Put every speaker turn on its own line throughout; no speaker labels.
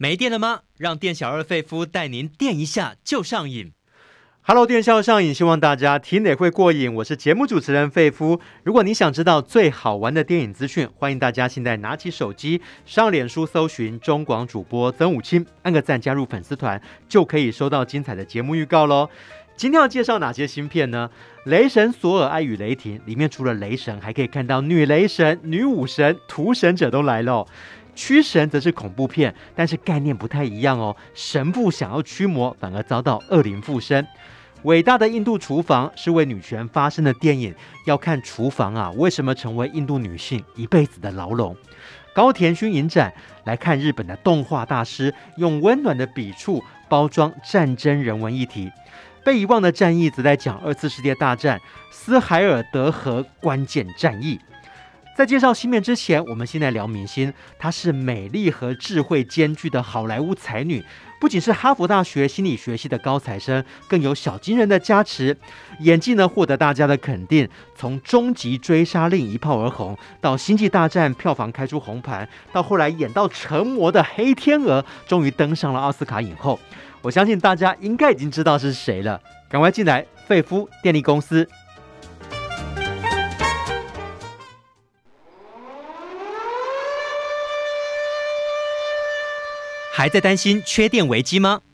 没电了吗？让店小二费夫带您电一下就上瘾。
Hello， 电销上瘾，希望大家听得会过瘾。我是节目主持人费夫。如果你想知道最好玩的电影资讯，欢迎大家现在拿起手机上脸书搜寻中广主播曾武清，按个赞加入粉丝团，就可以收到精彩的节目预告咯。今天要介绍哪些新片呢？雷神索尔爱与雷霆里面除了雷神，还可以看到女雷神、女武神、屠神者都来了。驱神则是恐怖片，但是概念不太一样哦。神父想要驱魔，反而遭到恶灵附身。伟大的印度厨房是为女权发声的电影，要看厨房啊，为什么成为印度女性一辈子的牢笼。高田勋影展来看日本的动画大师用温暖的笔触包装战争人文议题。被遗忘的战役则在讲二次世界大战斯海尔德河关键战役。在介绍新片之前，我们先来聊明星。她是美丽和智慧兼具的好莱坞才女，不仅是哈佛大学心理学系的高材生，更有小金人的加持。演技呢获得大家的肯定，从终极追杀令一炮而红，到星际大战票房开出红盘，到后来演到成魔的黑天鹅，终于登上了奥斯卡影后。我相信大家应该已经知道是谁了，赶快进来！费夫电力公司。
还在担心缺电危机吗？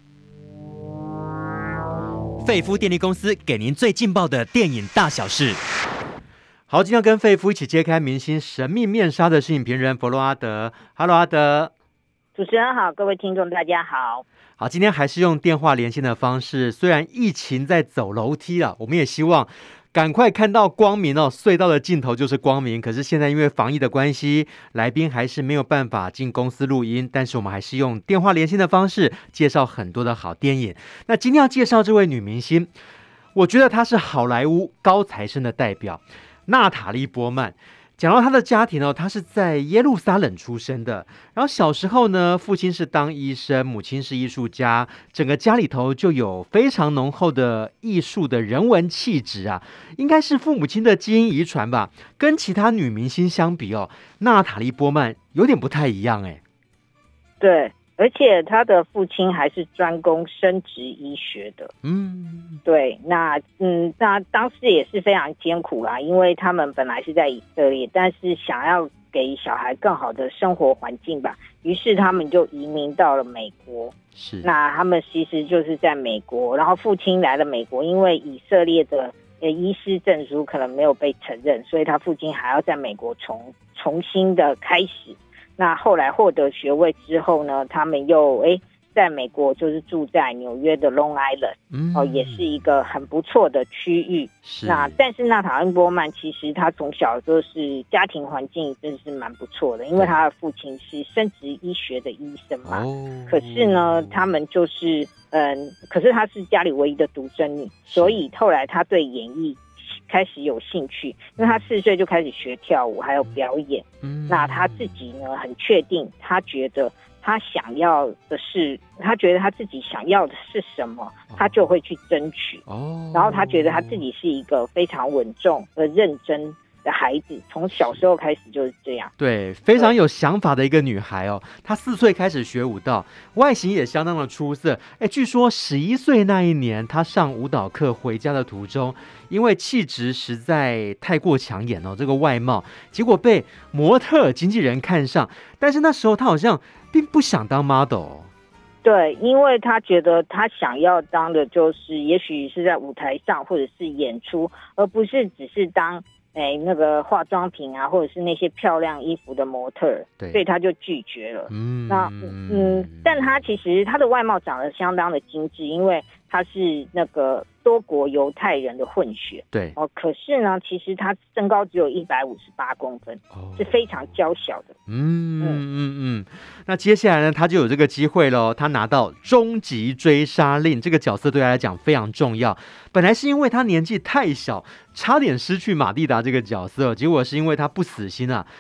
费夫电力公司给您最劲爆的电影大小事。
好，今天要跟费夫一起揭开明星神秘面纱的是影评人弗洛阿德。Hello， 阿德。
主持人好，各位听众大家好。
好，今天还是用电话连线的方式，虽然疫情在走楼梯了，我们也希望赶快看到光明哦，隧道的尽头就是光明。可是现在因为防疫的关系，来宾还是没有办法进公司录音，但是我们还是用电话连线的方式介绍很多的好电影。那今天要介绍这位女明星，我觉得她是好莱坞高材生的代表，娜塔莉·波曼。讲到她的家庭哦，她是在耶路撒冷出生的。然后小时候呢，父亲是当医生，母亲是艺术家，整个家里头就有非常浓厚的艺术的人文气质啊，应该是父母亲的基因遗传吧。跟其他女明星相比哦，娜塔莉·波曼有点不太一样哎。
对，而且他的父亲还是专攻生殖医学的。对，那当时也是非常艰苦啦，因为他们本来是在以色列，但是想要给小孩更好的生活环境吧，于是他们就移民到了美国。
是，
那他们其实就是在美国，然后父亲来了美国，因为以色列的医师证书可能没有被承认，所以他父亲还要在美国重新的开始。那后来获得学位之后呢，他们又在美国就是住在纽约的 Long Island，也是一个很不错的区域。那但是娜塔莉·波曼其实她从小就是家庭环境真是蛮不错的，因为她的父亲是生殖医学的医生嘛。可是呢，他们就是可是她是家里唯一的独生女，所以后来她对演艺开始有兴趣，因为他4岁就开始学跳舞还有表演。那他自己呢很确定，他觉得他想要的是，他觉得他自己想要的是什么，他就会去争取。然后他觉得他自己是一个非常稳重而认真的孩子，从小时候开始就是这样。
对，非常有想法的一个女孩哦。她4岁开始学舞蹈，外形也相当的出色。据说11岁那一年，她上舞蹈课回家的途中，因为气质实在太过抢眼哦，这个外貌，结果被模特儿经纪人看上。但是那时候她好像并不想当 model 哦。
对，因为他觉得他想要当的就是也许是在舞台上或者是演出，而不是只是当那个化妆品啊，或者是那些漂亮衣服的模特儿，所以他就拒绝了。但他其实他的外貌长得相当的精致，因为他是那个多国犹太人的混血。
对
可是呢，其实他身高只有158公分，是非常娇小的。
那接下来呢，他就有这个机会咯，他拿到终极追杀令这个角色对他来讲非常重要。本来是因为他年纪太小，差点失去马蒂达这个角色，结果是因为他不死心啊。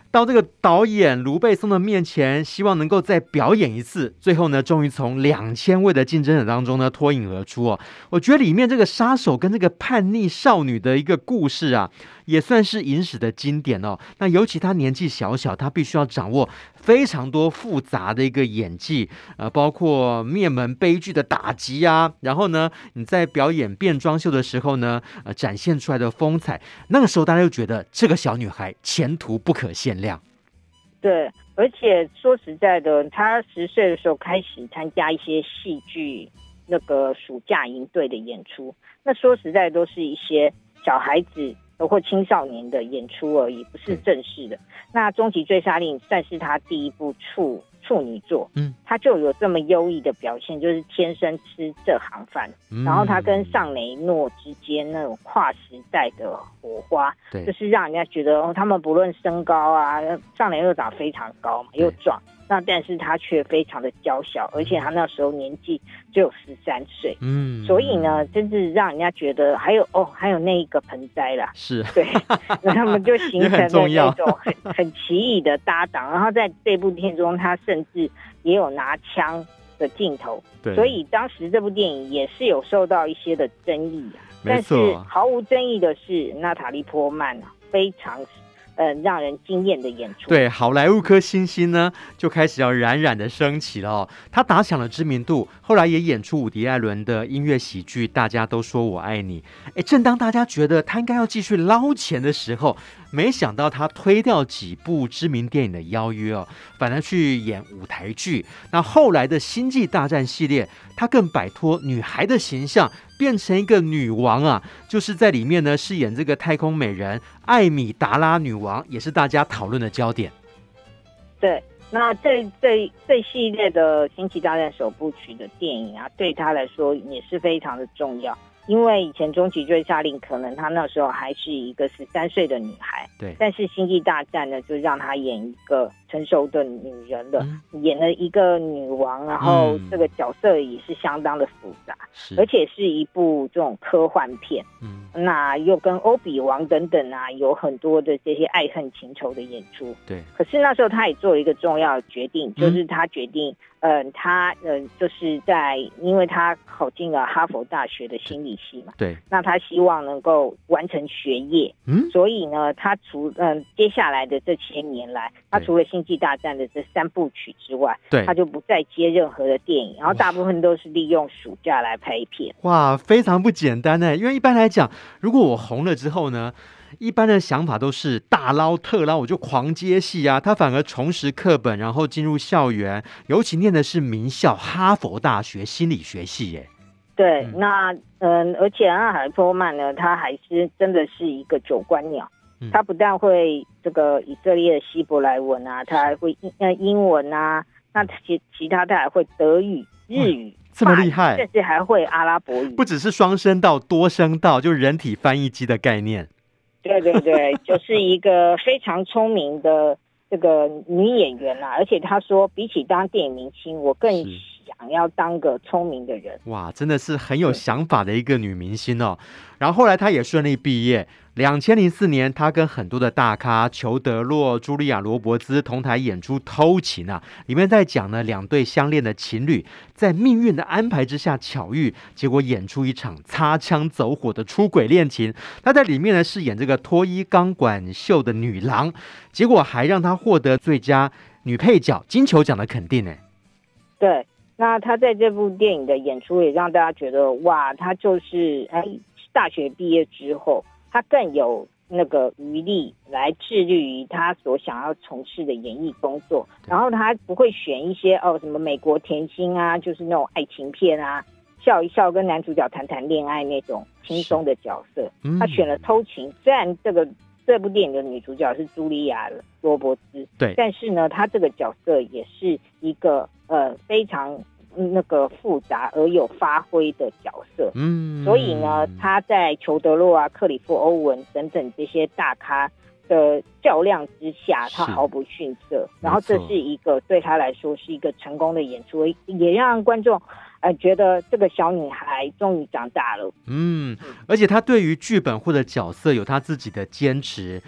到这个导演卢贝松的面前，希望能够再表演一次。最后呢，终于从2000位的竞争者当中呢脱颖而出哦。我觉得里面这个杀手跟这个叛逆少女的一个故事啊，也算是影史的经典哦。那尤其他年纪小小，他必须要掌握非常多复杂的一个演技，包括灭门悲剧的打击啊，然后呢，你在表演变装秀的时候呢，展现出来的风采，那个时候大家就觉得这个小女孩前途不可限量。
对，而且说实在的，他10岁的时候开始参加一些戏剧那个暑假营队的演出，那说实在都是一些小孩子或青少年的演出而已，不是正式的。那《终极追杀令》算是他第一部处女作，他就有这么优异的表现，就是天生吃这行饭，然后他跟尚雷诺之间那种跨时代的火花，就是让人家觉得他们不论身高啊，尚雷诺长非常高嘛，又壮，那但是他却非常的娇小，而且他那时候年纪只有13岁，所以呢，真是让人家觉得还有那一个盆栽啦，
是
对，那他们就形成了那种很奇异的搭档，然后在这部片中，他甚至也有拿枪的镜头，所以当时这部电影也是有受到一些的争议，但是毫无争议的是，娜塔莉波曼非常让人惊艳的演出。
对，好莱坞颗星星呢就开始要冉冉的升起了哦。他打响了知名度，后来也演出伍迪·艾伦的音乐喜剧《大家都说我爱你》。正当大家觉得他应该要继续捞钱的时候，没想到他推掉几部知名电影的邀约哦，反而去演舞台剧。那后来的星际大战系列，他更摆脱女孩的形象，变成一个女王啊，就是在里面呢饰演这个太空美人艾米达拉女王，也是大家讨论的焦点。
对，那这系列的星际大战首部曲的电影啊，对他来说也是非常的重要。因为以前终极追杀令可能他那时候还是一个13岁的女孩，
对，
但是星际大战呢就让她演一个成熟的女人了，演了一个女王，然后这个角色也是相当的复杂，而且是一部这种科幻片，那又跟欧比王等等啊有很多的这些爱恨情仇的演出。
对，
可是那时候他也做了一个重要的决定，就是他决定他就是因为他考进了哈佛大学的心理系嘛，
对，
那他希望能够完成学业，所以呢，他接下来的这些年来，他除了星际大战的这3部曲之外，对，他就不再接任何的电影，然后大部分都是利用暑假来拍片。
哇，非常不简单耶！因为一般来讲，如果我红了之后呢，一般的想法都是大捞特捞，我就狂接戏啊。他反而重拾课本，然后进入校园，尤其念的是名校哈佛大学心理学系耶。
对，那而且阿海波曼呢，他还是真的是一个九官鸟，他不但会这个以色列的希伯来文啊，他还会英文啊，那其他他还会德语、日语。
这么厉害，
甚至还会阿拉伯语，
不只是双声道、多声道，就人体翻译机的概念。
对对对，就是一个非常聪明的这个女演员啦。而且她说，比起当电影明星，我更想要当个聪明的人。
哇，真的是很有想法的一个女明星哦。然后后来她也顺利毕业。2004年，她跟很多的大咖裘德洛、茱莉亚·罗伯兹同台演出《偷情》啊，里面在讲呢2对相恋的情侣在命运的安排之下巧遇，结果演出一场擦枪走火的出轨恋情。她在里面呢饰演这个脱衣钢管秀的女郎，结果还让她获得最佳女配角金球奖的肯定呢。
对，那她在这部电影的演出也让大家觉得哇，她就是大学毕业之后，他更有那个余力来致力于他所想要从事的演艺工作，然后他不会选一些什么美国甜心啊，就是那种爱情片啊，笑一笑跟男主角谈谈恋爱那种轻松的角色，他选了偷情。虽然这部电影的女主角是茱莉亚·罗伯兹，对，但是呢，她这个角色也是一个非常那个复杂而有发挥的角色，所以呢，他在裘德洛啊、克里夫·欧文等等这些大咖的较量之下，他毫不逊色。然后这是一个对他来说是一个成功的演出，也让观众觉得这个小女孩终于长大了。
而且他对于剧本或者角色有他自己的坚持。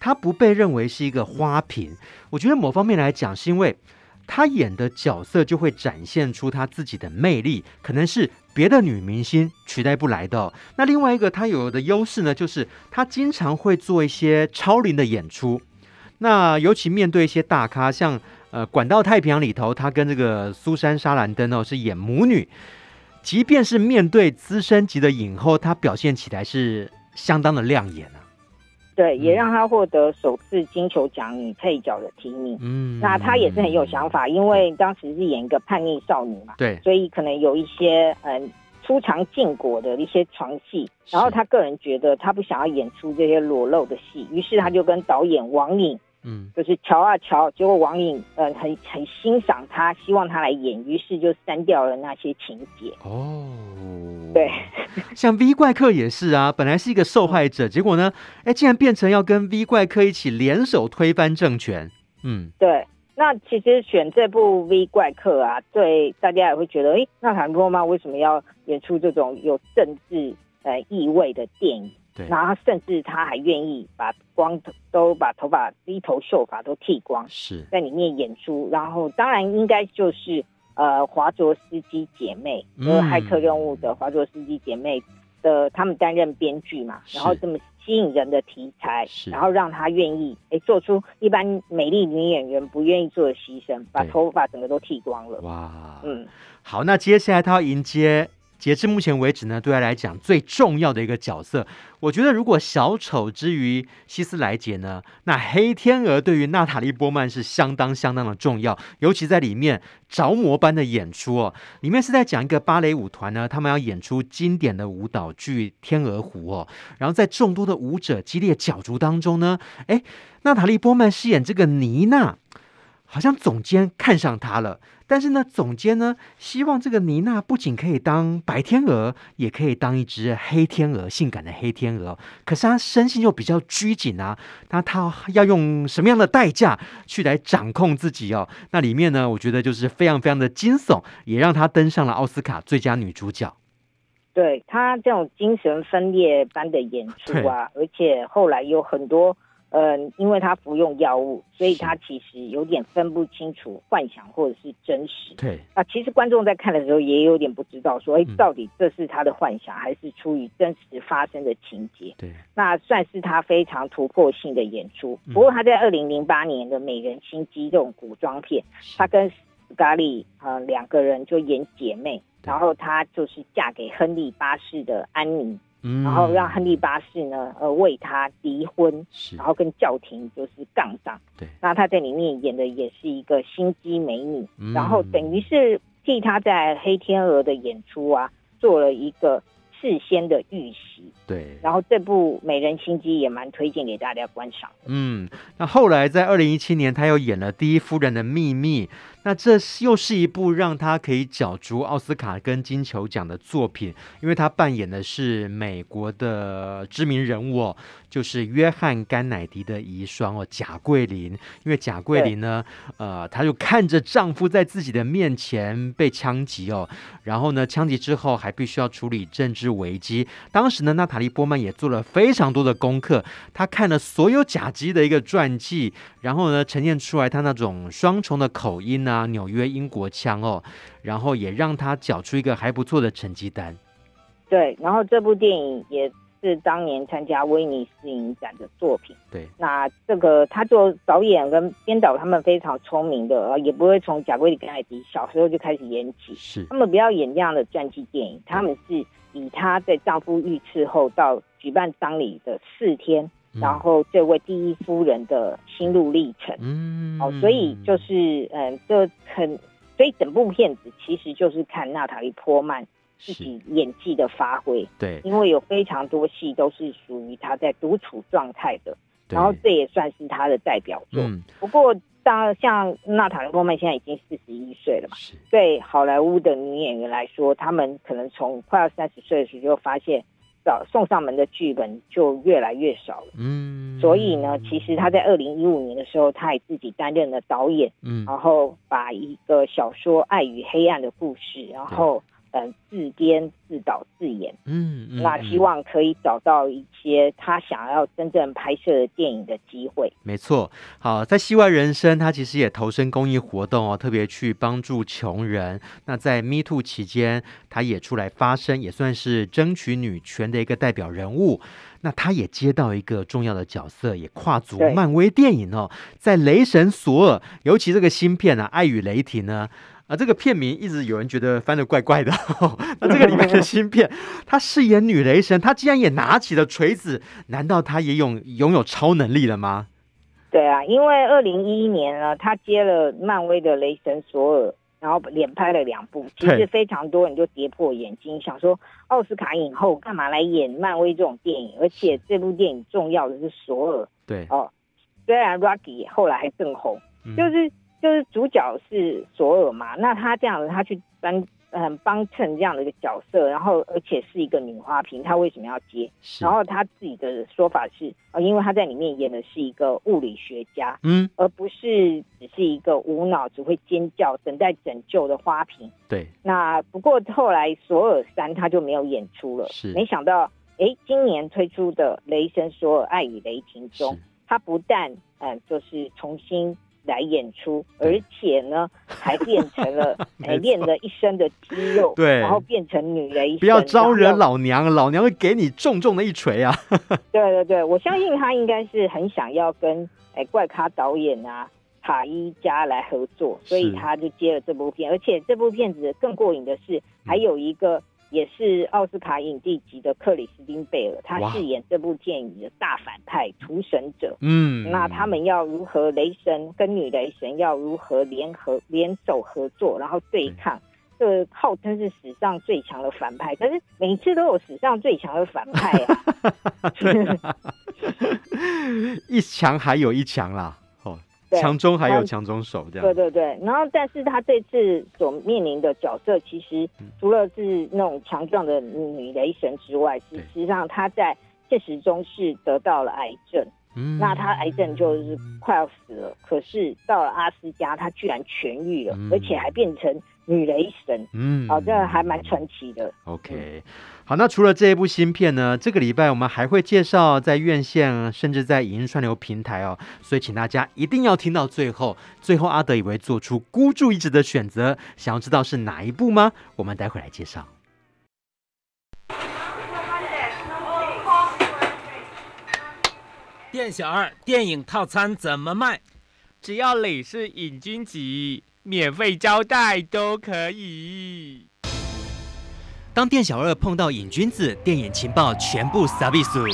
她不被认为是一个花瓶。我觉得某方面来讲，是因为她演的角色就会展现出她自己的魅力，可能是别的女明星取代不来的哦。那另外一个她有的优势呢，就是她经常会做一些超龄的演出。那尤其面对一些大咖，像管道太平洋里头，她跟这个苏珊莎兰登是演母女，即便是面对资深级的影后，她表现起来是相当的亮眼啊。
对，也让她获得首次金球奖女配角的提名。那她也是很有想法，因为当时是演一个叛逆少女嘛，
对，
所以可能有一些出尝禁果的一些床戏，然后她个人觉得她不想要演出这些裸露的戏，于是她就跟导演王颖就是瞧啊瞧，结果王颖很欣赏他，希望他来演，于是就删掉了那些情节。对，
像 V 怪客也是啊，本来是一个受害者，结果呢，竟然变成要跟 V 怪客一起联手推翻政权。
对。那其实选这部 V 怪客啊，对大家也会觉得，娜塔莉波曼为什么要演出这种有政治意味的电影？
对，
然后甚至他还愿意把头发一头秀发都剃光，
是在
里面演出。然后当然应该就是华卓斯基姐妹，就是骇客任务的华卓斯基姐妹的，他们担任编剧嘛，然后这么吸引人的题材，然后让他愿意做出一般美丽女演员不愿意做的牺牲，把头发整个都剃光了。
哇，好，那接下来他要迎接截至目前为止呢，对他来讲最重要的一个角色，我觉得如果小丑之于希斯莱杰呢，那黑天鹅对于娜塔莉波曼是相当的重要，尤其在里面着魔般的演出哦。里面是在讲一个芭蕾舞团呢，他们要演出经典的舞蹈剧《天鹅湖》哦，然后在众多的舞者激烈角逐当中呢，娜塔莉波曼饰演这个妮娜，好像总监看上她了。但是呢，总监呢希望这个妮娜不仅可以当白天鹅，也可以当一只黑天鹅，性感的黑天鹅。可是她身心又比较拘谨啊，那她要用什么样的代价去来掌控自己哦？那里面呢，我觉得就是非常的惊悚，也让她登上了奥斯卡最佳女主角。
对，她这种精神分裂般的演出啊，而且后来有很多。因为他服用药物，所以他其实有点分不清楚幻想或者是真实。
对，
其实观众在看的时候也有点不知道说，到底这是他的幻想还是出于真实发生的情节。
对，
那算是他非常突破性的演出。不过他在2008年的《美人心机》这种古装片，他跟斯嘉丽两个人就演姐妹，然后他就是嫁给亨利八世的安妮。然后让亨利八世呢，为他离婚，然后跟教廷就是杠上。
对，
那他在里面演的也是一个心机美女，然后等于是替他在黑天鹅的演出啊，做了一个事先的预习。
对，
然后这部《美人心机》也蛮推荐给大家观赏的。
那后来在2017年，他又演了《第一夫人的秘密》。那这又是一部让他可以角逐奥斯卡跟金球奖的作品，因为他扮演的是美国的知名人物哦，就是约翰甘乃迪的遗孀哦，贾桂琳。因为贾桂琳呢，她就看着丈夫在自己的面前被枪击哦，然后呢，枪击之后还必须要处理政治危机。当时呢，娜塔莉波曼也做了非常多的功课，她看了所有贾基的一个传记，然后呢，呈现出来她那种双重的口音啊。纽约英国腔哦，然后也让他缴出一个还不错的成绩单。
对，然后这部电影也是当年参加威尼斯影展的作品。
对，
那这个他做导演跟编导，他们非常聪明的，也不会从贾桂琳甘乃迪小时候就开始演起。
是，
他们不要演这样的传记电影，他们是以她在丈夫遇刺后到举办丧礼的4天。然后这位第一夫人的心路历程，所以就是所以整部片子其实就是看娜塔莉波曼自己演技的发挥。
对，
因为有非常多戏都是属于她在独处状态的，然后这也算是她的代表作。不过像娜塔莉波曼现在已经41岁了嘛，对好莱坞的女演员来说，她们可能从快要30岁的时候就发现送上门的剧本就越来越少了。所以呢，其实他在2015年的时候，他也自己担任了导演，然后把一个小说《爱与黑暗的故事》，然后自编自导自演，那希望可以找到一些他想要真正拍摄的电影的机会。
没错，好，在戏外人生，他其实也投身公益活动哦，特别去帮助穷人。那在 Me Too 期间，他也出来发声，也算是争取女权的一个代表人物。那他也接到一个重要的角色，也跨足漫威电影哦，在雷神索尔，尤其这个新片啊，《爱与雷霆》呢。这个片名一直有人觉得翻得怪怪的那这个里面的新片，他饰演女雷神，他竟然也拿起了锤子，难道他也拥有超能力了吗？
对啊，因为2011年呢，他接了漫威的雷神索尔，然后连拍了2部，其实非常多人就跌破眼镜，想说奥斯卡影后干嘛来演漫威这种电影，而且这部电影重要的是索尔。
对
虽然 Rocky 后来还更红，就是主角是索尔嘛，那他这样子他去帮衬这样的一个角色，然后而且是一个女花瓶，他为什么要接？然后他自己的说法是因为他在里面演的是一个物理学家，而不是只是一个无脑只会尖叫等待拯救的花瓶。
对，
那不过后来索尔3他就没有演出了，没想到今年推出的雷神索尔爱与雷霆中，他不但就是重新来演出，而且呢还变成了练了一身的肌肉，
对，
然后变成女雷神。
不要招惹老娘，老娘会给你重重的一锤啊！
对，我相信他应该是很想要跟怪咖导演啊塔伊加来合作，所以他就接了这部片。而且这部片子更过瘾的是，还有一个也是奥斯卡影帝级的克里斯汀贝尔，他饰演这部电影的大反派屠神者。那他们要如何雷神跟女雷神要如何联手合作，然后对抗这号称是史上最强的反派，可是每次都有史上最强的反派啊
一强还有一强啦，强中还有强中手，这样。
对，然后但是他这次所面临的角色，其实除了是那种强壮的女雷神之外，实际上他在现实中是得到了癌症。那他癌症就是快要死了，可是到了阿斯加，他居然痊愈了，而且还变成女雷神。这还蛮传奇的。
OK， 好，那除了这一部新片呢，这个礼拜我们还会介绍在院线，甚至在影音串流平台哦，所以请大家一定要听到最后。最后阿德也会做出孤注一掷的选择，想要知道是哪一部吗？我们待会来介绍。
店小二，电影套餐怎么卖？
只要你是瘾君子，免费招待都可以。
当店小二碰到瘾君子，电影情报全部撒比数。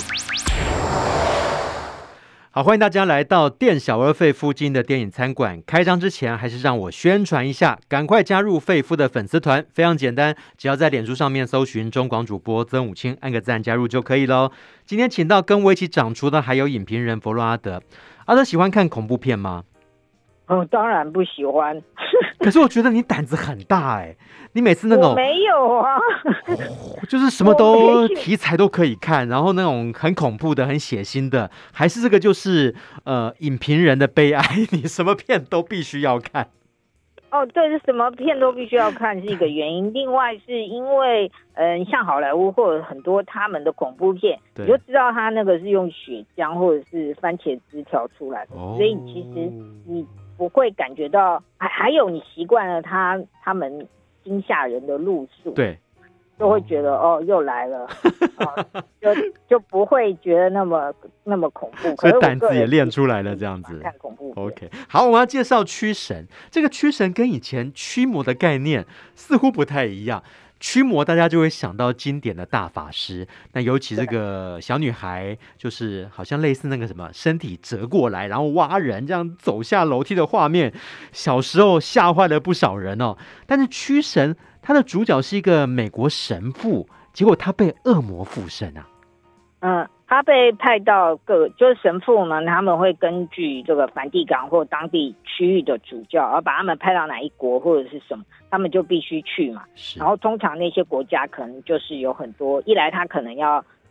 好，欢迎大家来到店小二费夫金的电影餐馆。开张之前，还是让我宣传一下，赶快加入费夫的粉丝团，非常简单，只要在脸书上面搜寻中广主播曾武清，按个赞加入就可以咯。今天请到跟我一起长出的还有影评人佛洛阿德。阿德喜欢看恐怖片吗？
当然不喜欢。
可是我觉得你胆子很大你每次那种
我没有啊，
就是什么都题材都可以看，然后那种很恐怖的、很血腥的，还是这个就是影评人的悲哀，你什么片都必须要看。
对，是什么片都必须要看是一个原因。另外是因为像好莱坞或者很多他们的恐怖片，你就知道他那个是用血浆或者是番茄汁调出来的，所以其实你不会感觉到，还有你习惯了他们惊吓人的路数，
对，
就会觉得又来了，就不会觉得那么恐怖。
所以胆子也练出来了，这样子。
看恐怖片。
OK， 好，我们要介绍驱神。这个驱神跟以前驱魔的概念似乎不太一样。驱魔大家就会想到经典的大法师，那尤其这个小女孩就是好像类似那个什么身体折过来然后挖人这样走下楼梯的画面，小时候吓坏了不少人哦。但是驱神他的主角是一个美国神父，结果他被恶魔附身啊。
他被派到就是神父呢，他们会根据这个梵蒂冈或当地区域的主教，而把他们派到哪一国或者是什么，他们就必须去嘛。然后通常那些国家可能就是有很多，一来他可能要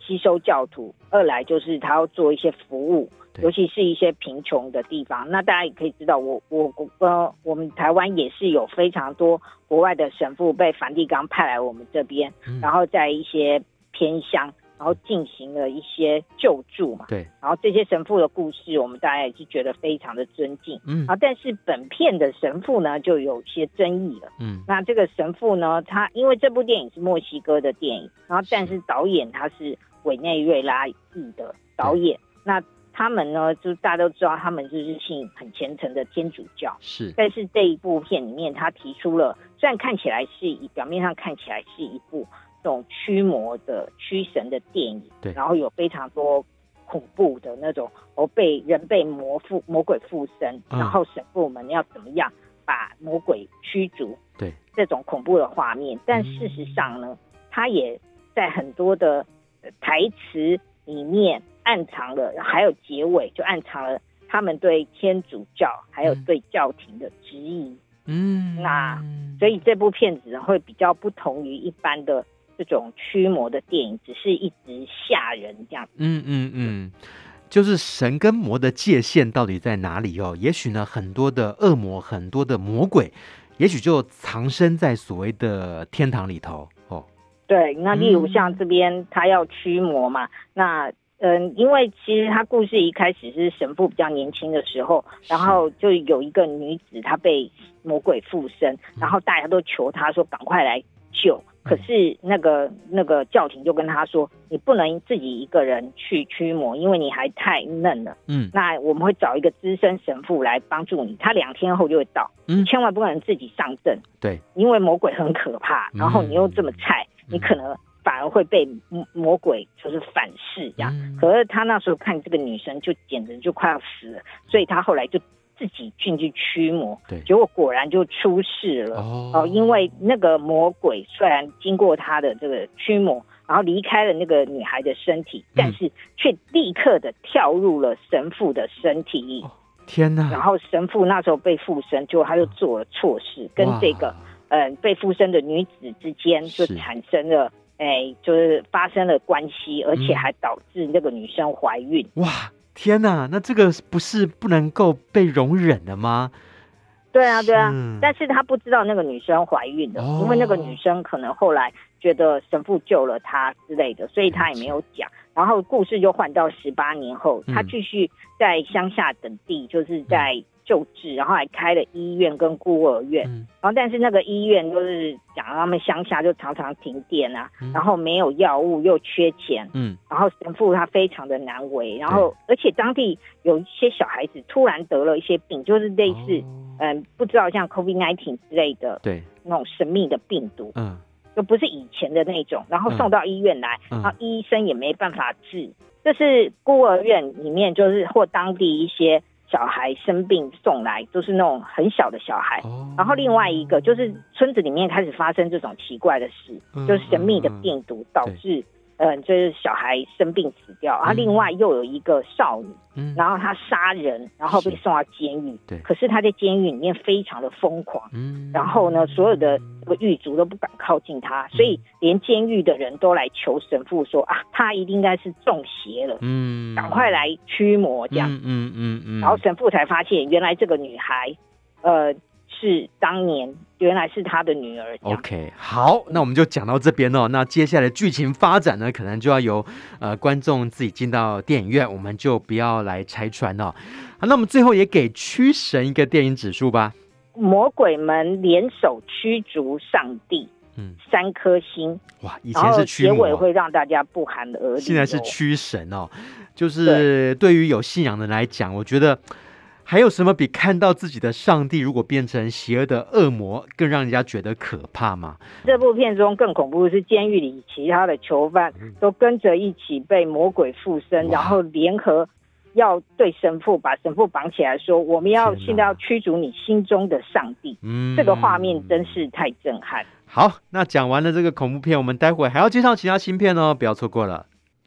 吸收教徒，二来就是他要做一些服务，
对
尤其是一些贫穷的地方。那大家也可以知道，我们台湾也是有非常多国外的神父被梵蒂冈派来我们这边，然后在一些偏乡，然后进行了一些救助嘛。
对，
然后这些神父的故事，我们大家也是觉得非常的尊敬。然后但是本片的神父呢，就有些争议了。那这个神父呢，他因为这部电影是墨西哥的电影，然后但是导演他是委内瑞拉裔的导演，那他们呢，就大家都知道，他们就是信很虔诚的天主教。
是，
但是这一部片里面，他提出了，虽然看起来是表面上看起来是一部这种驱魔的驱神的电影，
对，
然后有非常多恐怖的那种被魔鬼附身，然后神父们要怎么样把魔鬼驱逐，
对，
这种恐怖的画面。但事实上呢，他也在很多的台词里面暗藏了，还有结尾就暗藏了他们对天主教还有对教廷的质疑。那所以这部片子会比较不同于一般的这种驱魔的电影，只是一直吓人这样子。
就是神跟魔的界限到底在哪里哦？也许呢，很多的恶魔，很多的魔鬼，也许就藏身在所谓的天堂里头哦。
对，那例如像这边他要驱魔嘛，那因为其实他故事一开始是神父比较年轻的时候，然后就有一个女子她被魔鬼附身，然后大家都求他说赶快来救。可是那个教廷就跟他说，你不能自己一个人去驱魔，因为你还太嫩了。那我们会找一个资深神父来帮助你，他2天后就会到。千万不能自己上阵。
对，
因为魔鬼很可怕，然后你又这么菜，你可能反而会被魔鬼就是反噬这样。可是他那时候看这个女生就简直就快要死了，所以他后来就自己进去驱魔，结果果然就出事了。因为那个魔鬼虽然经过他的这个驱魔，然后离开了那个女孩的身体，但是却立刻的跳入了神父的身体里。
天哪！
然后神父那时候被附身，结果他就做了错事，跟这个被附身的女子之间就产生了就是发生了关系，而且还导致那个女生怀孕。
哇！天哪，那这个不是不能够被容忍的吗？
对啊，但是他不知道那个女生怀孕的，因为那个女生可能后来觉得神父救了她之类的，所以他也没有讲。然后故事就换到18年后，他继续在乡下等地，就是在救治，然后还开了医院跟孤儿院。然后但是那个医院就是讲他们乡下就常常停电啊，然后没有药物又缺钱，然后神父他非常的难为，然后而且当地有一些小孩子突然得了一些病，就是类似不知道像 COVID-19 之类的那种神秘的病毒，就不是以前的那种，然后送到医院来，然后医生也没办法治。这是孤儿院里面就是或当地一些小孩生病送来，就是那种很小的小孩。然后另外一个就是村子里面开始发生这种奇怪的事，就是神秘的病毒导致就是小孩生病死掉。然后另外又有一个少女，然后她杀人，然后被送到监狱。可是她在监狱里面非常的疯狂，然后呢所有的这个狱卒都不敢靠近她，所以连监狱的人都来求神父说她一定应该是中邪了，赶快来驱魔这样。然后神父才发现原来这个女孩是当年原来是他的女儿。
OK， 好，那我们就讲到这边哦。那接下来剧情发展呢，可能就要由观众自己进到电影院，我们就不要来拆穿哦。好，那我们最后也给驱神一个电影指数吧。
魔鬼们联手驱逐上帝，3颗星。
哇，以前是驱魔，
结尾会让大家不寒而栗。
现在是驱神哦。就是对于有信仰的人来讲，我觉得还有什么比看到自己的上帝如果变成邪恶的恶魔更让人家觉得可怕吗？
这部片中更恐怖的是监狱里其他的囚犯都跟着一起被魔鬼附身，然后联合要对神父把神父绑起来说我们要现在要驱逐你心中的上帝。这个画面真是太震撼。
好，那讲完了这个恐怖片，我们待会还要介绍其他新片哦，不要错过了。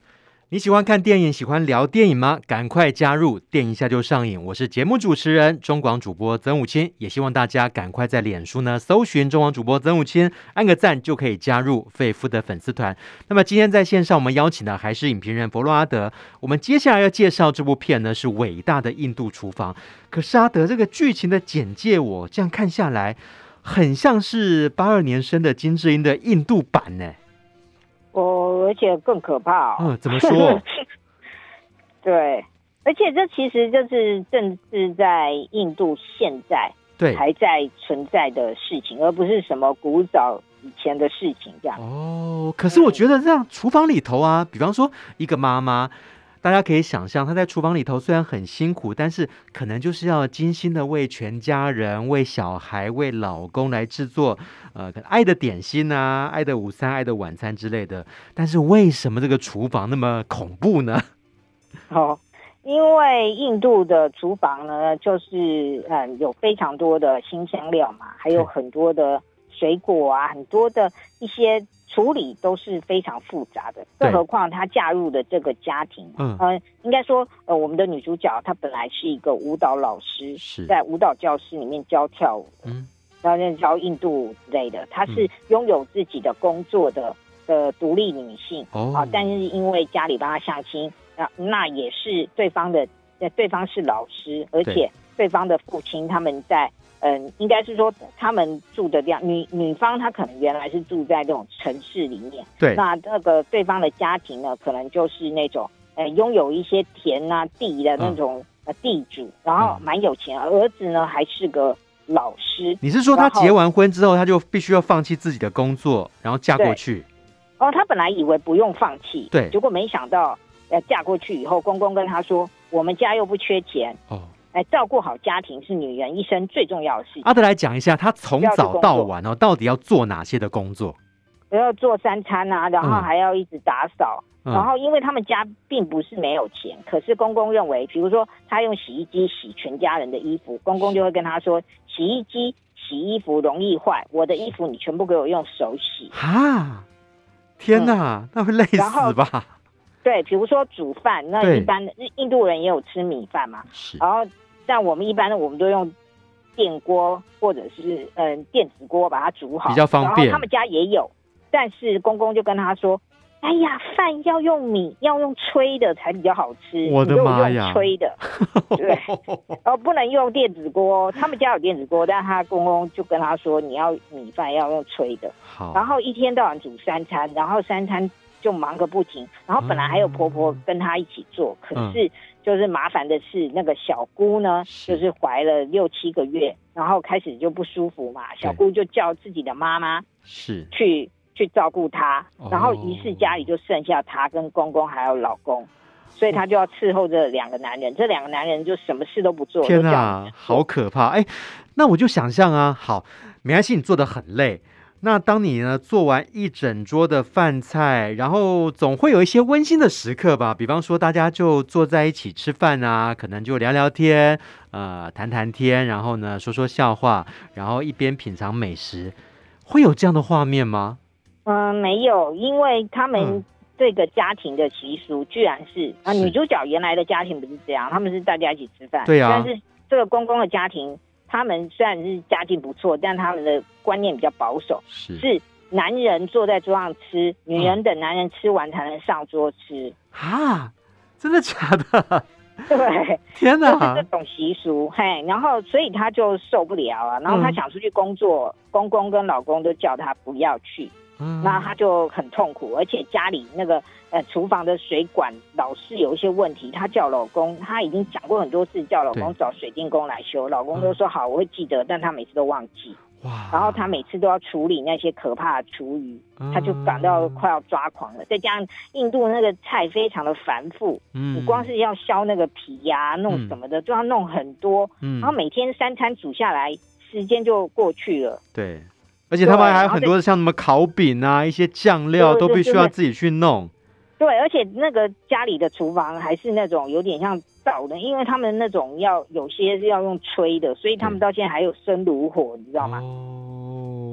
你喜欢看电影，喜欢聊电影吗？赶快加入电影一下就上瘾。我是节目主持人中广主播曾武清，也希望大家赶快在脸书呢搜寻中广主播曾武清，按个赞就可以加入费夫的粉丝团。那么今天在线上我们邀请的还是影评人弗洛阿德。我们接下来要介绍这部片呢是伟大的印度厨房。可是阿德，这个剧情的简介我这样看下来，很像是82年生的金智英的印度版呢。
而且更可怕
怎么说？
对，而且这其实就是正是在印度现在还在存在的事情，而不是什么古早以前的事情这样。
可是我觉得这样厨房里头啊，比方说一个妈妈，大家可以想象她在厨房里头虽然很辛苦，但是可能就是要精心的为全家人、为小孩、为老公来制作爱的点心啊、爱的午餐、爱的晚餐之类的。但是为什么这个厨房那么恐怖呢？
因为印度的厨房呢，就是有非常多的辛香料嘛，还有很多的水果啊，很多的一些处理都是非常复杂的，更何况她嫁入的这个家庭，应该说我们的女主角她本来是一个舞蹈老师，在舞蹈教室里面教跳舞的，然后教印度舞之类的，她是拥有自己的工作的独立女性，但是因为家里帮她相亲，那也是对方是老师，而且对方的父亲他们在应该是说他们住的这样，女方她可能原来是住在这种城市里面，那个对方的家庭呢，可能就是那种拥有一些田啊地的那种地主，然后蛮有钱，儿子呢还是个老师。你
是说他结完婚之后，他就必须要放弃自己的工作，然后嫁过去？
他本来以为不用放弃，结果没想到嫁过去以后，公公跟他说，我们家又不缺钱，照顾好家庭是女人一生最重要的事情。
阿德来讲一下，他从早到晚到底要做哪些的工作？
要做3餐啊，然后还要一直打扫，然后因为他们家并不是没有钱，可是公公认为，比如说他用洗衣机洗全家人的衣服，公公就会跟他说，洗衣机洗衣服容易坏，我的衣服你全部给我用手洗。
天哪，那会累死吧？
对，比如说煮饭，那一般印度人也有吃米饭嘛，然后像我们一般我们都用电锅或者是电子锅把它煮好，
比较方便。
然后他们家也有，但是公公就跟他说，哎呀，饭要用米，要用吹的才比较好吃。
我的妈呀，
用吹的，对，不能用电子锅。他们家有电子锅，但他公公就跟他说，你要米饭要用吹的。然后一天到晚煮3餐，然后3餐就忙个不停。然后本来还有婆婆跟他一起做，可是就是麻烦的是，那个小姑呢，就是怀了6、7个月，然后开始就不舒服嘛，小姑就叫自己的妈妈去照顾她，然后于是家里就剩下她跟公公还有老公，所以她就要伺候这2个男人，这2个男人就什么事都不做。
天哪，好可怕！那我就想象啊，好，没关系，你做得很累。那当你呢做完一整桌的饭菜，然后总会有一些温馨的时刻吧，比方说大家就坐在一起吃饭啊，可能就聊聊天，谈谈天，然后呢说说笑话，然后一边品尝美食，会有这样的画面吗？
没有，因为他们这个家庭的习俗居然是女主角原来的家庭不是这样，他们是大家一起吃饭，
对啊，
但是这个公公的家庭，他们虽然是家境不错，但他们的观念比较保守，是男人坐在桌上吃，女人等男人吃完才能上桌吃。
真的假的？
对，
天哪，
就是这种习俗。然后所以他就受不了啊，然后他想出去工作，公公跟老公都叫他不要去，那他就很痛苦，而且家里那个厨房的水管老是有一些问题，他叫老公，他已经讲过很多次叫老公找水电工来修，老公都说好我会记得，但他每次都忘记。然后他每次都要处理那些可怕的厨余，他就感到快要抓狂了。再加上印度那个菜非常的繁复，你光是要削那个皮呀，弄什么的就要弄很多，然后每天3餐煮下来，时间就过去了。
对，而且他们还有很多像什么烤饼啊，一些酱料都必须要自己去弄。
对，而且那个家里的厨房还是那种有点像灶的，因为他们那种有些是要用吹的，所以他们到现在还有生炉火，你知道吗？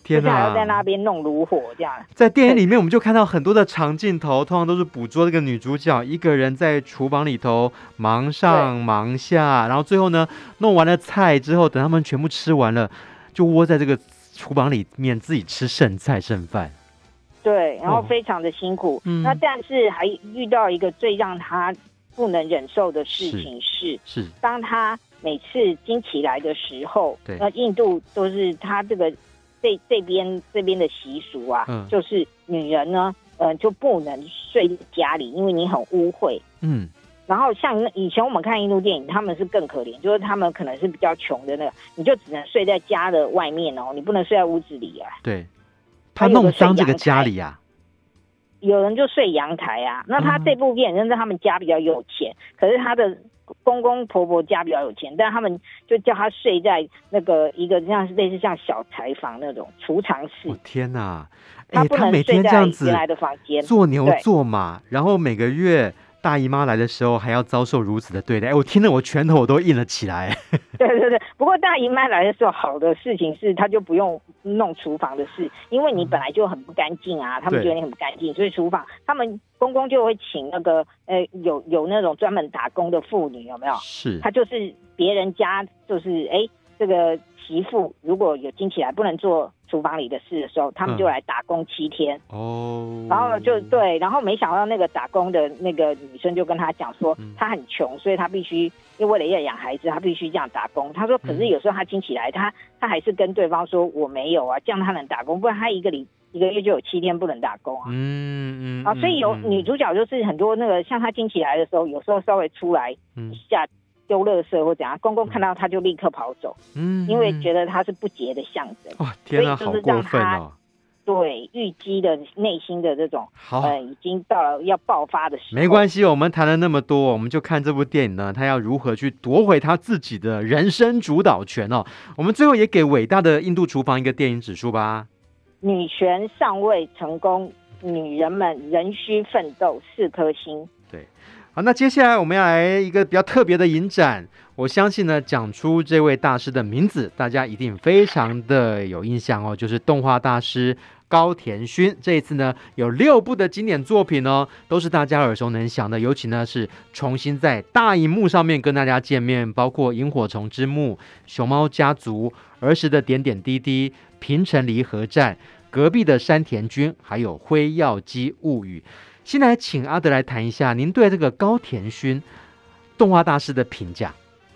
天哪，
就是还要在那边弄炉火这样。
在电影里面，我们就看到很多的长镜头，通常都是捕捉这个女主角一个人在厨房里头忙上忙下，然后最后呢，弄完了菜之后，等他们全部吃完了，就窝在这个厨房里面自己吃剩菜剩饭。
对，然后非常的辛苦。那但是还遇到一个最让他不能忍受的事情是当他每次经期来的时候，印度都是他这个这边的习俗啊，就是女人呢，就不能睡在家里，因为你很污秽。然后像以前我们看印度电影，他们是更可怜，就是他们可能是比较穷的那个，你就只能睡在家的外面哦，你不能睡在屋子里啊。
对，他弄脏这个家里啊。
有人就睡阳台啊，那他这部片真是他们家比较有钱，可是他的公公婆婆家比较有钱，但他们就叫他睡在那个一个像类似像小柴房那种储藏室。
天哪！
他不能睡在原来的房间，
做牛做马，然后每个月大姨妈来的时候还要遭受如此的对待。我听了我拳头都硬了起来。
对对对，不过大姨妈来的时候好的事情是他就不用弄厨房的事，因为你本来就很不干净啊，他们觉得你很不干净，所以厨房他们公公就会请那个有那种专门打工的妇女，有没有？
是，
他就是别人家就是这个媳妇如果有经期来不能做厨房里的事的时候，他们就来打工7天。然后就对，然后没想到那个打工的那个女生就跟他讲说，她很穷，所以她必须因为为了要养孩子，她必须这样打工。她说，可是有时候她经期来，她还是跟对方说我没有啊，这样她能打工，不然她一个月就有7天不能打工啊。所以有女主角就是很多那个像她经期来的时候，有时候稍微出来一下。丢垃圾或怎样，公公看到他就立刻跑走，因为觉得他是不洁的象征。
天哪，好过分哦！
对，虞姬的内心的这种已经到了要爆发的时候。
没关系，我们谈了那么多，我们就看这部电影呢，他要如何去夺回他自己的人生主导权哦。我们最后也给伟大的印度厨房一个电影指数吧。
女权尚未成功，女人们仍需奋斗，4颗星。
对。好，那接下来我们要来一个比较特别的影展，我相信呢，讲出这位大师的名字，大家一定非常的有印象哦，就是动画大师高田勋。这一次呢，有6部的经典作品哦，都是大家耳熟能详的，尤其呢是重新在大荧幕上面跟大家见面，包括《萤火虫之墓》、《熊猫家族》、儿时的点点滴滴、《平成离合战》、隔壁的山田君，还有《辉耀姬物语》。先来请阿德来谈一下您对这个高田勋动画大师的评价。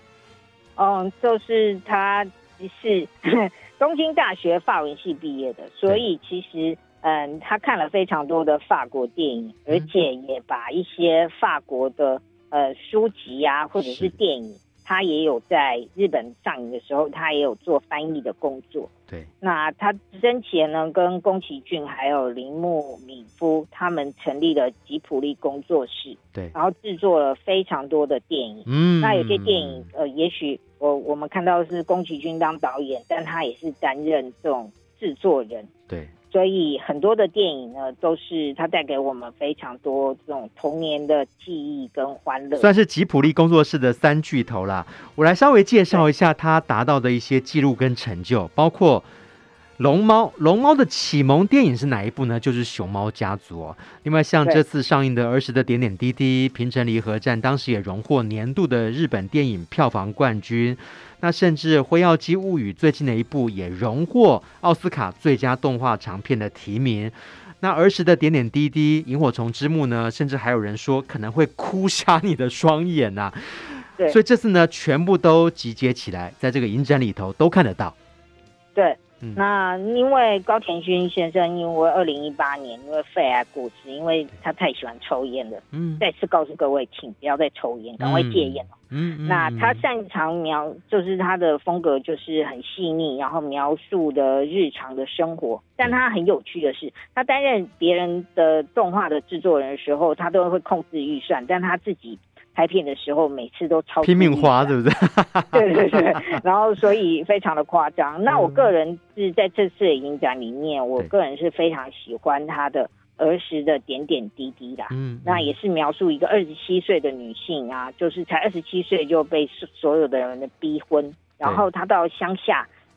就是他是东京大学法文系毕业的，所以其实他看了非常多的法国电影，而且也把一些法国的书籍啊或者是电影，他也有在日本上映的时候，他也有做翻译的工作。
对，
那他生前呢，跟宫崎骏还有铃木敏夫他们成立了吉卜力工作室，
对，
然后制作了非常多的电影。那有些电影也许我们看到的是宫崎骏当导演，但他也是担任这种制作人。
对。
所以很多的电影呢，都是他带给我们非常多这种童年的记忆跟欢乐，
算是吉卜力工作室的3巨头啦。我来稍微介绍一下他达到的一些记录跟成就，包括龙猫的启蒙电影是哪一部呢？就是《熊猫家族》哦。另外像这次上映的儿时的点点滴滴、平成离合战，当时也荣获年度的日本电影票房冠军。那甚至《辉耀姬物语》最近的一部也荣获奥斯卡最佳动画长片的提名。那儿时的点点滴滴、萤火虫之墓呢，甚至还有人说可能会哭瞎你的双眼啊。
对，
所以这次呢，全部都集结起来，在这个影展里头都看得到。
对。那因为高田勋先生因为2018年因为肺癌过世，因为他太喜欢抽烟了。再次告诉各位，请不要再抽烟，赶快戒烟。那他擅长就是他的风格就是很细腻，然后描述的日常的生活。但他很有趣的是，他担任别人的动画的制作人的时候，他都会控制预算，但他自己拍片的时候每次都超
拼命花，对不对？
对对对，然后所以非常的夸张。那我个人是在这次的影展里面，我个人是非常喜欢他的儿时的点点滴滴啦。那也是描述一个27岁的女性啊，就是才27岁就被所有的人的逼婚，然后她到乡下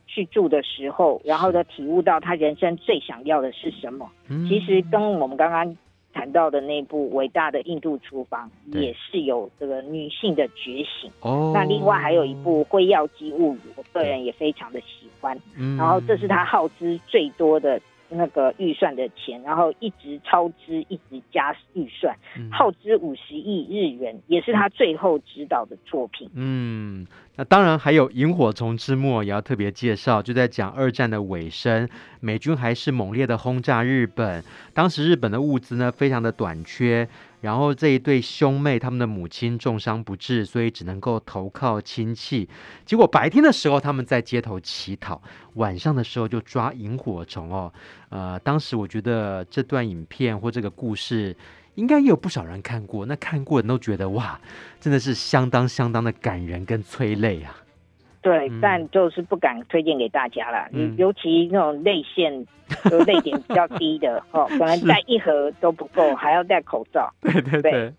去住的时候，然后呢体悟到他人生最想要的是什么。其实跟我们刚刚谈到的那部伟大的印度厨房也是有这个女性的觉醒。那另外还有一部《辉耀姬物语》，我个人也非常的喜欢。然后这是他耗资最多的那个预算的钱，然后一直超支，一直加预算，耗资50亿日元，也是他最后执导的作品。
那当然还有萤火虫之墓也要特别介绍，就在讲二战的尾声，美军还是猛烈的轰炸日本，当时日本的物资呢非常的短缺，然后这一对兄妹他们的母亲重伤不治，所以只能够投靠亲戚，结果白天的时候他们在街头乞讨，晚上的时候就抓萤火虫哦。当时我觉得这段影片或这个故事应该也有不少人看过，那看过的人都觉得哇，真的是相当的感人跟催泪啊。
对，但就是不敢推荐给大家啦。尤其那种泪腺就泪点比较低的可能带一盒都不够，还要戴口罩。
对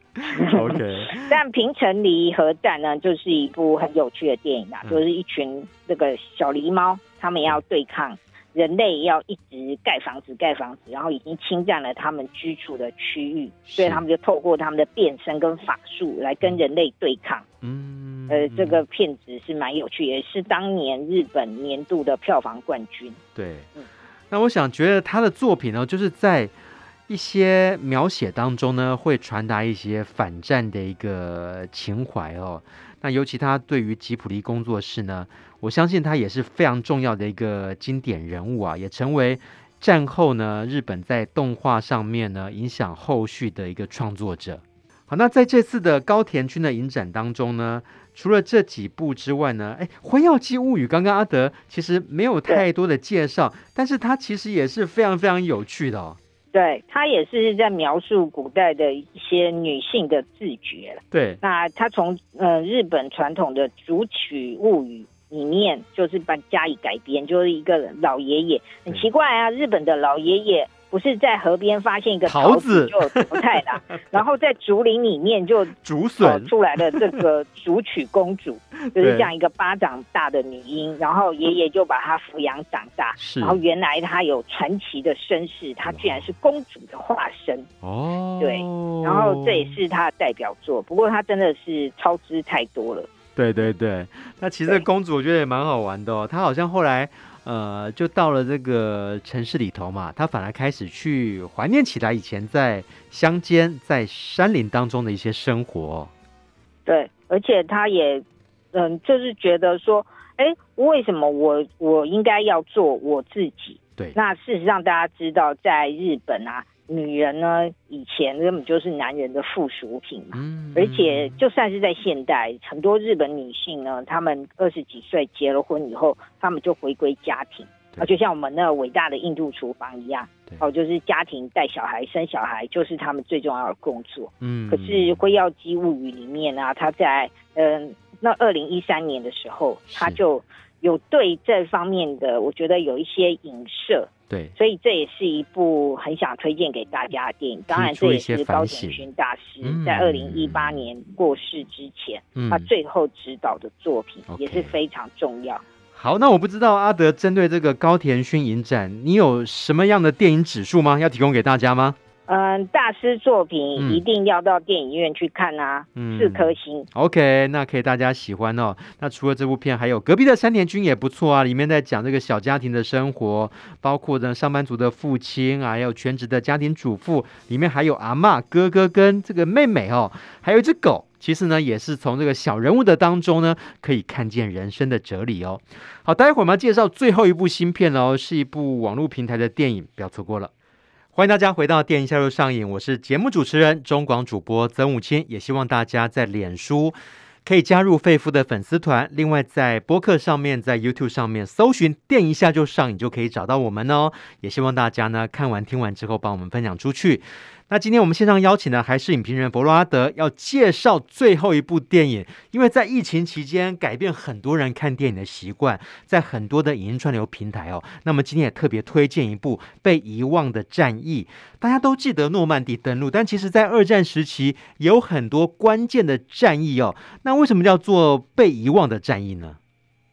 OK
但平城梨核战呢，就是一部很有趣的电影啦，就是一群这个小狸猫，他们要对抗人类，要一直盖房子，然后已经侵占了他们居住的区域，所以他们就透过他们的变身跟法术来跟人类对抗。这个片子是蛮有趣，也是当年日本年度的票房冠军。
对，那我想觉得他的作品呢，就是在一些描写当中呢，会传达一些反战的一个情怀哦。那尤其他对于吉卜力工作室呢，我相信他也是非常重要的一个经典人物啊，也成为战后呢日本在动画上面呢影响后续的一个创作者。好，那在这次的高田君的影展当中呢，除了这几部之外呢，《辉耀姬物语》刚刚阿德其实没有太多的介绍，但是它其实也是非常有趣的哦。
对，他也是在描述古代的一些女性的自觉。
对，
那他从日本传统的竹取物语里面，就是加以改编，就是一个老爷爷。很奇怪啊，日本的老爷爷不是在河边发现一个桃子就有桃太郎，然后在竹林里面就
竹笋
出来的这个竹取公主，就是这样一个巴掌大的女婴，然后爷爷就把她抚养长大，然后原来她有传奇的身世，她居然是公主的化身。对，然后这也是她的代表作，不过她真的是超支太多了。
对，那其实公主我觉得也蛮好玩的哦，她好像后来就到了这个城市里头嘛，她反而开始去怀念起来以前在乡间在山林当中的一些生活。
对，而且她也就是觉得说为什么我应该要做我自己。
对，
那事实上大家知道在日本啊，女人呢以前根本就是男人的附属品嘛。而且就算是在现代，很多日本女性呢，她们20几岁结了婚以后，她们就回归家庭，就像我们那个伟大的印度厨房一样，就是家庭带小孩生小孩就是他们最重要的工作。可是《辉耀姬物语》里面呢，他在那2013年的时候，他就有对这方面的我觉得有一些影射。
对，
所以这也是一部很想推荐给大家的电影。当然这也是高田勋大师在2018年过世之前他最后执导的作品，也是非常重要。
好，那我不知道阿德针对这个高田勋影展，你有什么样的电影指数吗？要提供给大家吗？
大师作品一定要到电影院去看啊，4颗星。OK，
那可以大家喜欢哦。那除了这部片，还有隔壁的山田君也不错啊，里面在讲这个小家庭的生活，包括呢上班族的父亲啊，还有全职的家庭主妇，里面还有阿嬷、哥哥跟这个妹妹哦，还有一只狗。其实呢，也是从这个小人物的当中呢，可以看见人生的哲理哦。好，待会儿我们要介绍最后一部新片哦，是一部网络平台的电影，不要错过了。欢迎大家回到电影下入上映，我是节目主持人中广主播曾武清，也希望大家在脸书可以加入肺夫的粉丝团，另外在播客上面，在 YouTube 上面搜寻电影一下就上瘾就可以找到我们哦。也希望大家呢看完听完之后帮我们分享出去。那今天我们线上邀请的还是影评人博罗阿德，要介绍最后一部电影，因为在疫情期间改变很多人看电影的习惯，在很多的影音串流平台哦。那么今天也特别推荐一部被遗忘的战役。大家都记得诺曼底登陆，但其实在二战时期有很多关键的战役哦。那为什么叫做被遗忘的战役呢？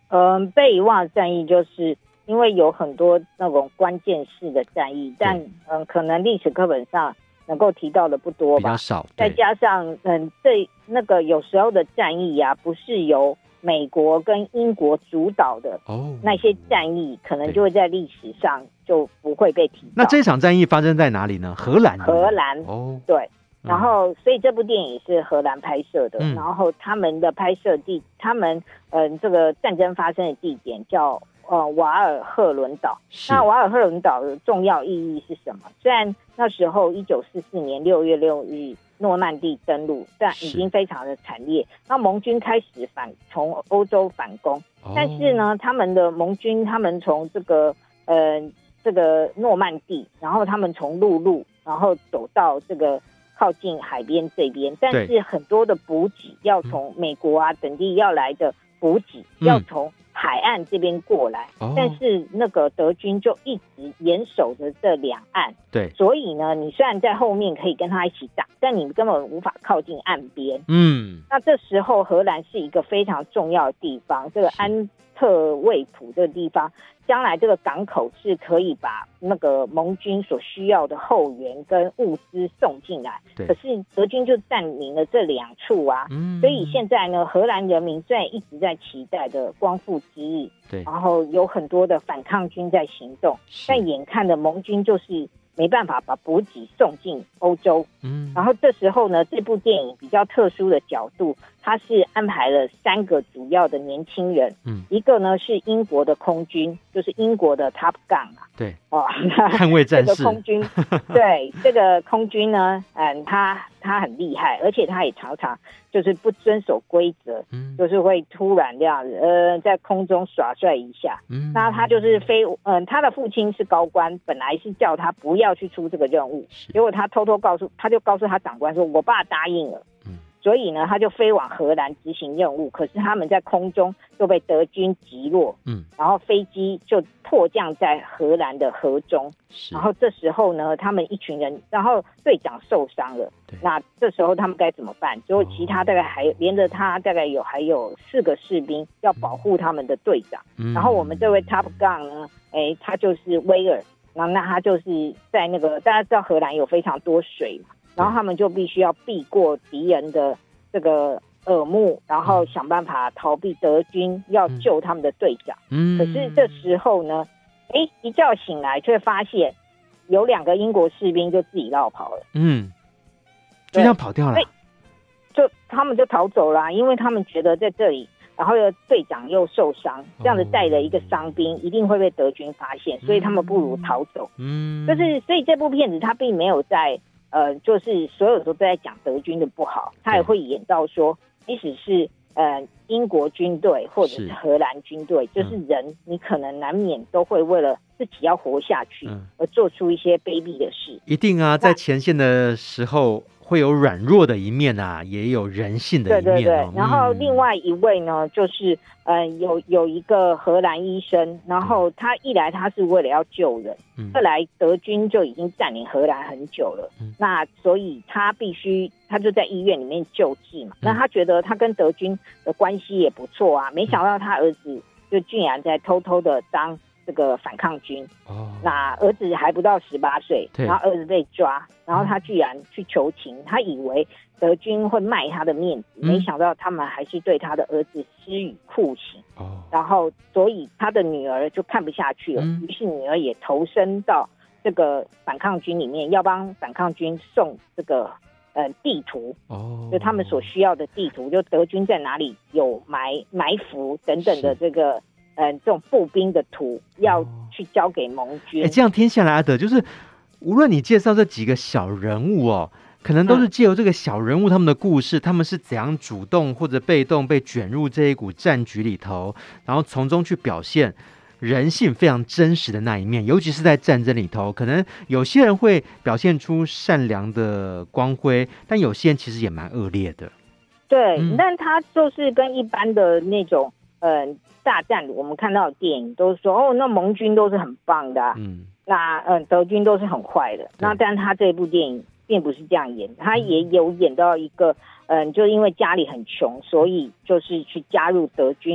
被遗忘的战役就是因为有很多那种关键式的战役，但可能历史课本上能够提到的不多吧，
比较少。
再加上那个有时候的战役啊，不是由美国跟英国主导的那些战役，可能就会在历史上就不会被提到。
那这场战役发生在哪里呢？荷兰。对。
然后，所以这部电影是荷兰拍摄的，然后他们的拍摄地，这个战争发生的地点叫瓦尔赫伦岛。那瓦尔赫伦岛的重要意义是什么？虽然那时候1944年6月6日诺曼底登陆，但已经非常的惨烈。那盟军开始从欧洲反攻，但是呢，他们的盟军他们从这个诺曼底，然后他们从陆路，然后走到这个靠近海边这边，但是很多的补给要从美国啊等地要来的补给，要从海岸这边过来，但是那个德军就一直严守着这两岸，
对，
所以呢，你虽然在后面可以跟他一起打，但你根本无法靠近岸边。那这时候荷兰是一个非常重要的地方，这个安特卫普这个地方，将来这个港口是可以把那个盟军所需要的后援跟物资送进来，可是德军就占领了这两处啊，所以现在呢，荷兰人民虽然一直在期待的光复之日，然后有很多的反抗军在行动，但眼看的盟军就是没办法把补给送进欧洲。然后这时候呢，这部电影比较特殊的角度，它是安排了3个主要的年轻人，一个呢是英国的空军，就是英国的 Top Gun 啊，
捍卫战士。
这个空军，对，这个空军呢，他很厉害，而且他也常常就是不遵守规则，就是会突然这样子，在空中耍帅一下。那他就是他的父亲是高官，本来是叫他不要去出这个任务，结果他偷偷告诉他长官说，我爸答应了。所以呢，他就飞往荷兰执行任务，可是他们在空中就被德军击落，然后飞机就迫降在荷兰的河中，然后这时候呢，他们一群人，然后队长受伤了，那这时候他们该怎么办？结果其他大概连着他大概还有4个士兵要保护他们的队长，然后我们这位 Top Gun 呢，他就是威尔，然后那他就是在那个大家知道荷兰有非常多水嘛。然后他们就必须要避过敌人的这个耳目，然后想办法逃避德军要救他们的队长。可是这时候呢，一觉醒来却发现有2个英国士兵就自己绕跑了。
就这样跑掉了。
就他们就逃走了，因为他们觉得在这里，然后队长又受伤，这样子带了一个伤兵一定会被德军发现，所以他们不如逃走。所以这部片子它并没有在就是所有都在讲德军的不好，他也会演到说，即使是英国军队或者是荷兰军队，就是人，你可能难免都会为了自己要活下去而做出一些卑鄙的事。
一定啊，在前线的时候会有软弱的一面啊，也有人性的一面。
对。然后另外一位呢，就是有一个荷兰医生，然后他一来他是为了要救人，二来德军就已经占领荷兰很久了，那所以他就在医院里面救治嘛。那他觉得他跟德军的关系也不错啊，没想到他儿子就竟然在偷偷的当这个反抗军。那儿子还不到18岁，然后儿子被抓，然后他居然去求情，他以为德军会卖他的面子，没想到他们还是对他的儿子施以酷刑。然后所以他的女儿就看不下去了，于是女儿也投身到这个反抗军里面，要帮反抗军送这个地图，就他们所需要的地图，就德军在哪里有埋伏等等的这个这种步兵的图要去交给盟军。
这样听下来，阿德，就是无论你介绍这几个小人物可能都是借由这个小人物他们的故事，他们是怎样主动或者被动被卷入这一股战局里头，然后从中去表现人性非常真实的那一面，尤其是在战争里头，可能有些人会表现出善良的光辉，但有些人其实也蛮恶劣的。
对，但他就是跟一般的那种大战我们看到的电影都是说那盟军都是很棒的那德军都是很坏的。那但他这部电影并不是这样演，他也有演到一个就因为家里很穷，所以就是去加入德军的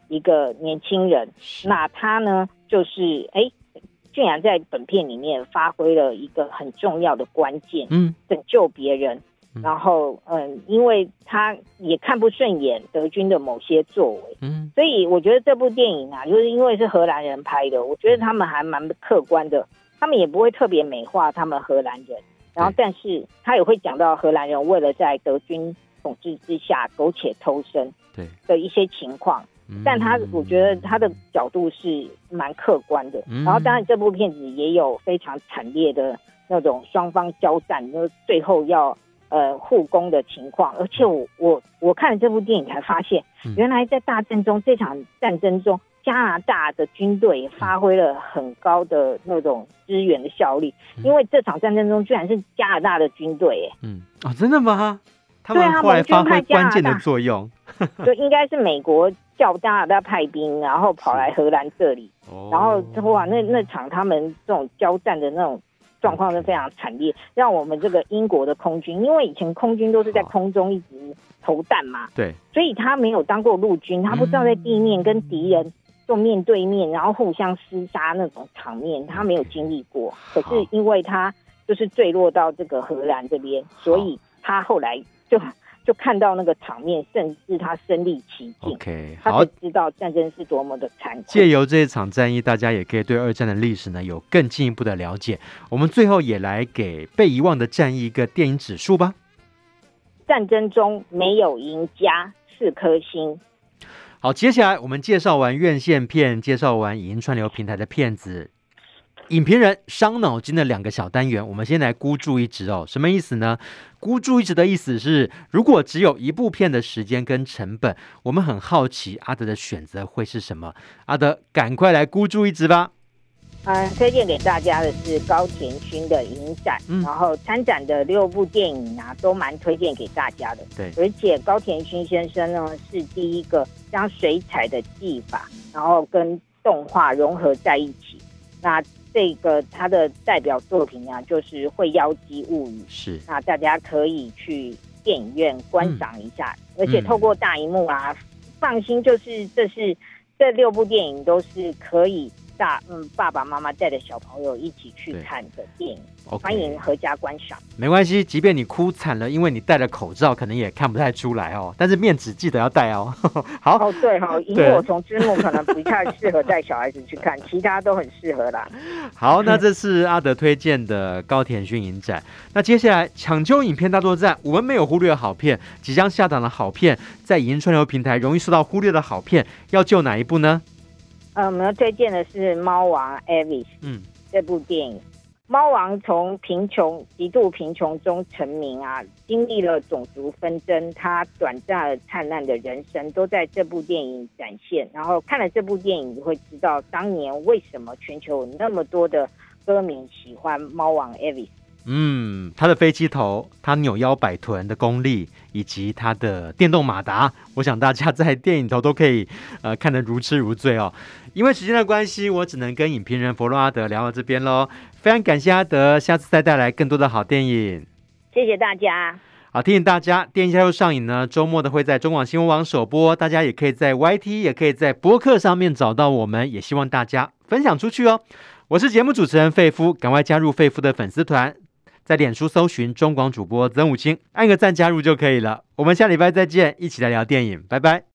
一个年轻人。那他呢，就是竟然在本片里面发挥了一个很重要的关键，拯救别人。然后因为他也看不顺眼德军的某些作为，所以我觉得这部电影啊，就是因为是荷兰人拍的，我觉得他们还蛮客观的，他们也不会特别美化他们荷兰人，然后但是他也会讲到荷兰人为了在德军统治之下苟且偷生的一些情况，但我觉得他的角度是蛮客观的，然后当然这部片子也有非常惨烈的那种双方交战，就最后要互攻的情况，而且我看了这部电影才发现，原来在大战中这场战争中，加拿大的军队也发挥了很高的那种支援的效力，因为这场战争中居然是加拿大的军队
真的吗？他们后来发挥关键的作用，
就应该是美国叫加拿大派兵，然后跑来荷兰这里，然后哇，那场他们这种交战的那种状况是非常惨烈，让我们这个英国的空军，因为以前空军都是在空中一直投弹嘛，
对，
所以他没有当过陆军，他不知道在地面跟敌人就面对面，然后互相厮杀那种场面，他没有经历过。可是因为他就是坠落到这个荷兰这边，所以他后来就看到那个场面，甚至他身历其境，他才知道战争是多么的残酷。
借由这一场战役，大家也可以对二战的历史呢有更进一步的了解。我们最后也来给被遗忘的战役一个电影指数吧。
战争中没有赢家，4颗星。
好，接下来我们介绍完院线片，介绍完影音串流平台的片子，影评人伤脑筋的2个小单元，我们先来孤注一掷什么意思呢？孤注一掷的意思是，如果只有一部片的时间跟成本，我们很好奇阿德的选择会是什么。阿德，赶快来孤注一掷吧。
推荐给大家的是高田勋的影展，然后参展的6部电影啊，都蛮推荐给大家的。
对，
而且高田勋先生呢，是第一个将水彩的技法，然后跟动画融合在一起。那这个他的代表作品啊，就是《会妖姬物语》，是那大家可以去电影院观赏一下，而且透过大荧幕啊，放心，就是这6部电影都是可以爸爸妈妈带着小朋友一起去看的电影，欢迎合家观赏。
没关系，即便你哭惨了，因为你戴了口罩，可能也看不太出来但是面纸记得要戴好
对萤火虫之墓可能不太适合带小孩子去看，其他都很适合啦。
好，那这是阿德推荐的高田勋影展。那接下来抢救影片大作战，我们没有忽略的好片，即将下档的好片，在影音串流平台容易受到忽略的好片，要救哪一部呢？
我们要推荐的是《猫王 Elvis》这部电影。猫王从极度贫穷中成名啊，经历了种族纷争，他短暂而灿烂的人生都在这部电影展现。然后看了这部电影，你会知道当年为什么全球有那么多的歌迷喜欢猫王 Elvis。
他的飞机头，他扭腰摆臀的功力，以及他的电动马达，我想大家在电影头都可以看得如痴如醉因为时间的关系，我只能跟影评人佛洛阿德聊到这边咯。非常感谢阿德，下次再带来更多的好电影。
谢谢大家。
好，提醒大家，电影下又上瘾呢，周末的会在中广新闻网首播，大家也可以在 YT， 也可以在播客上面找到我们，也希望大家分享出去我是节目主持人费夫，赶快加入费夫的粉丝团，在脸书搜寻中广主播曾武清，按个赞加入就可以了。我们下礼拜再见，一起来聊电影，拜拜。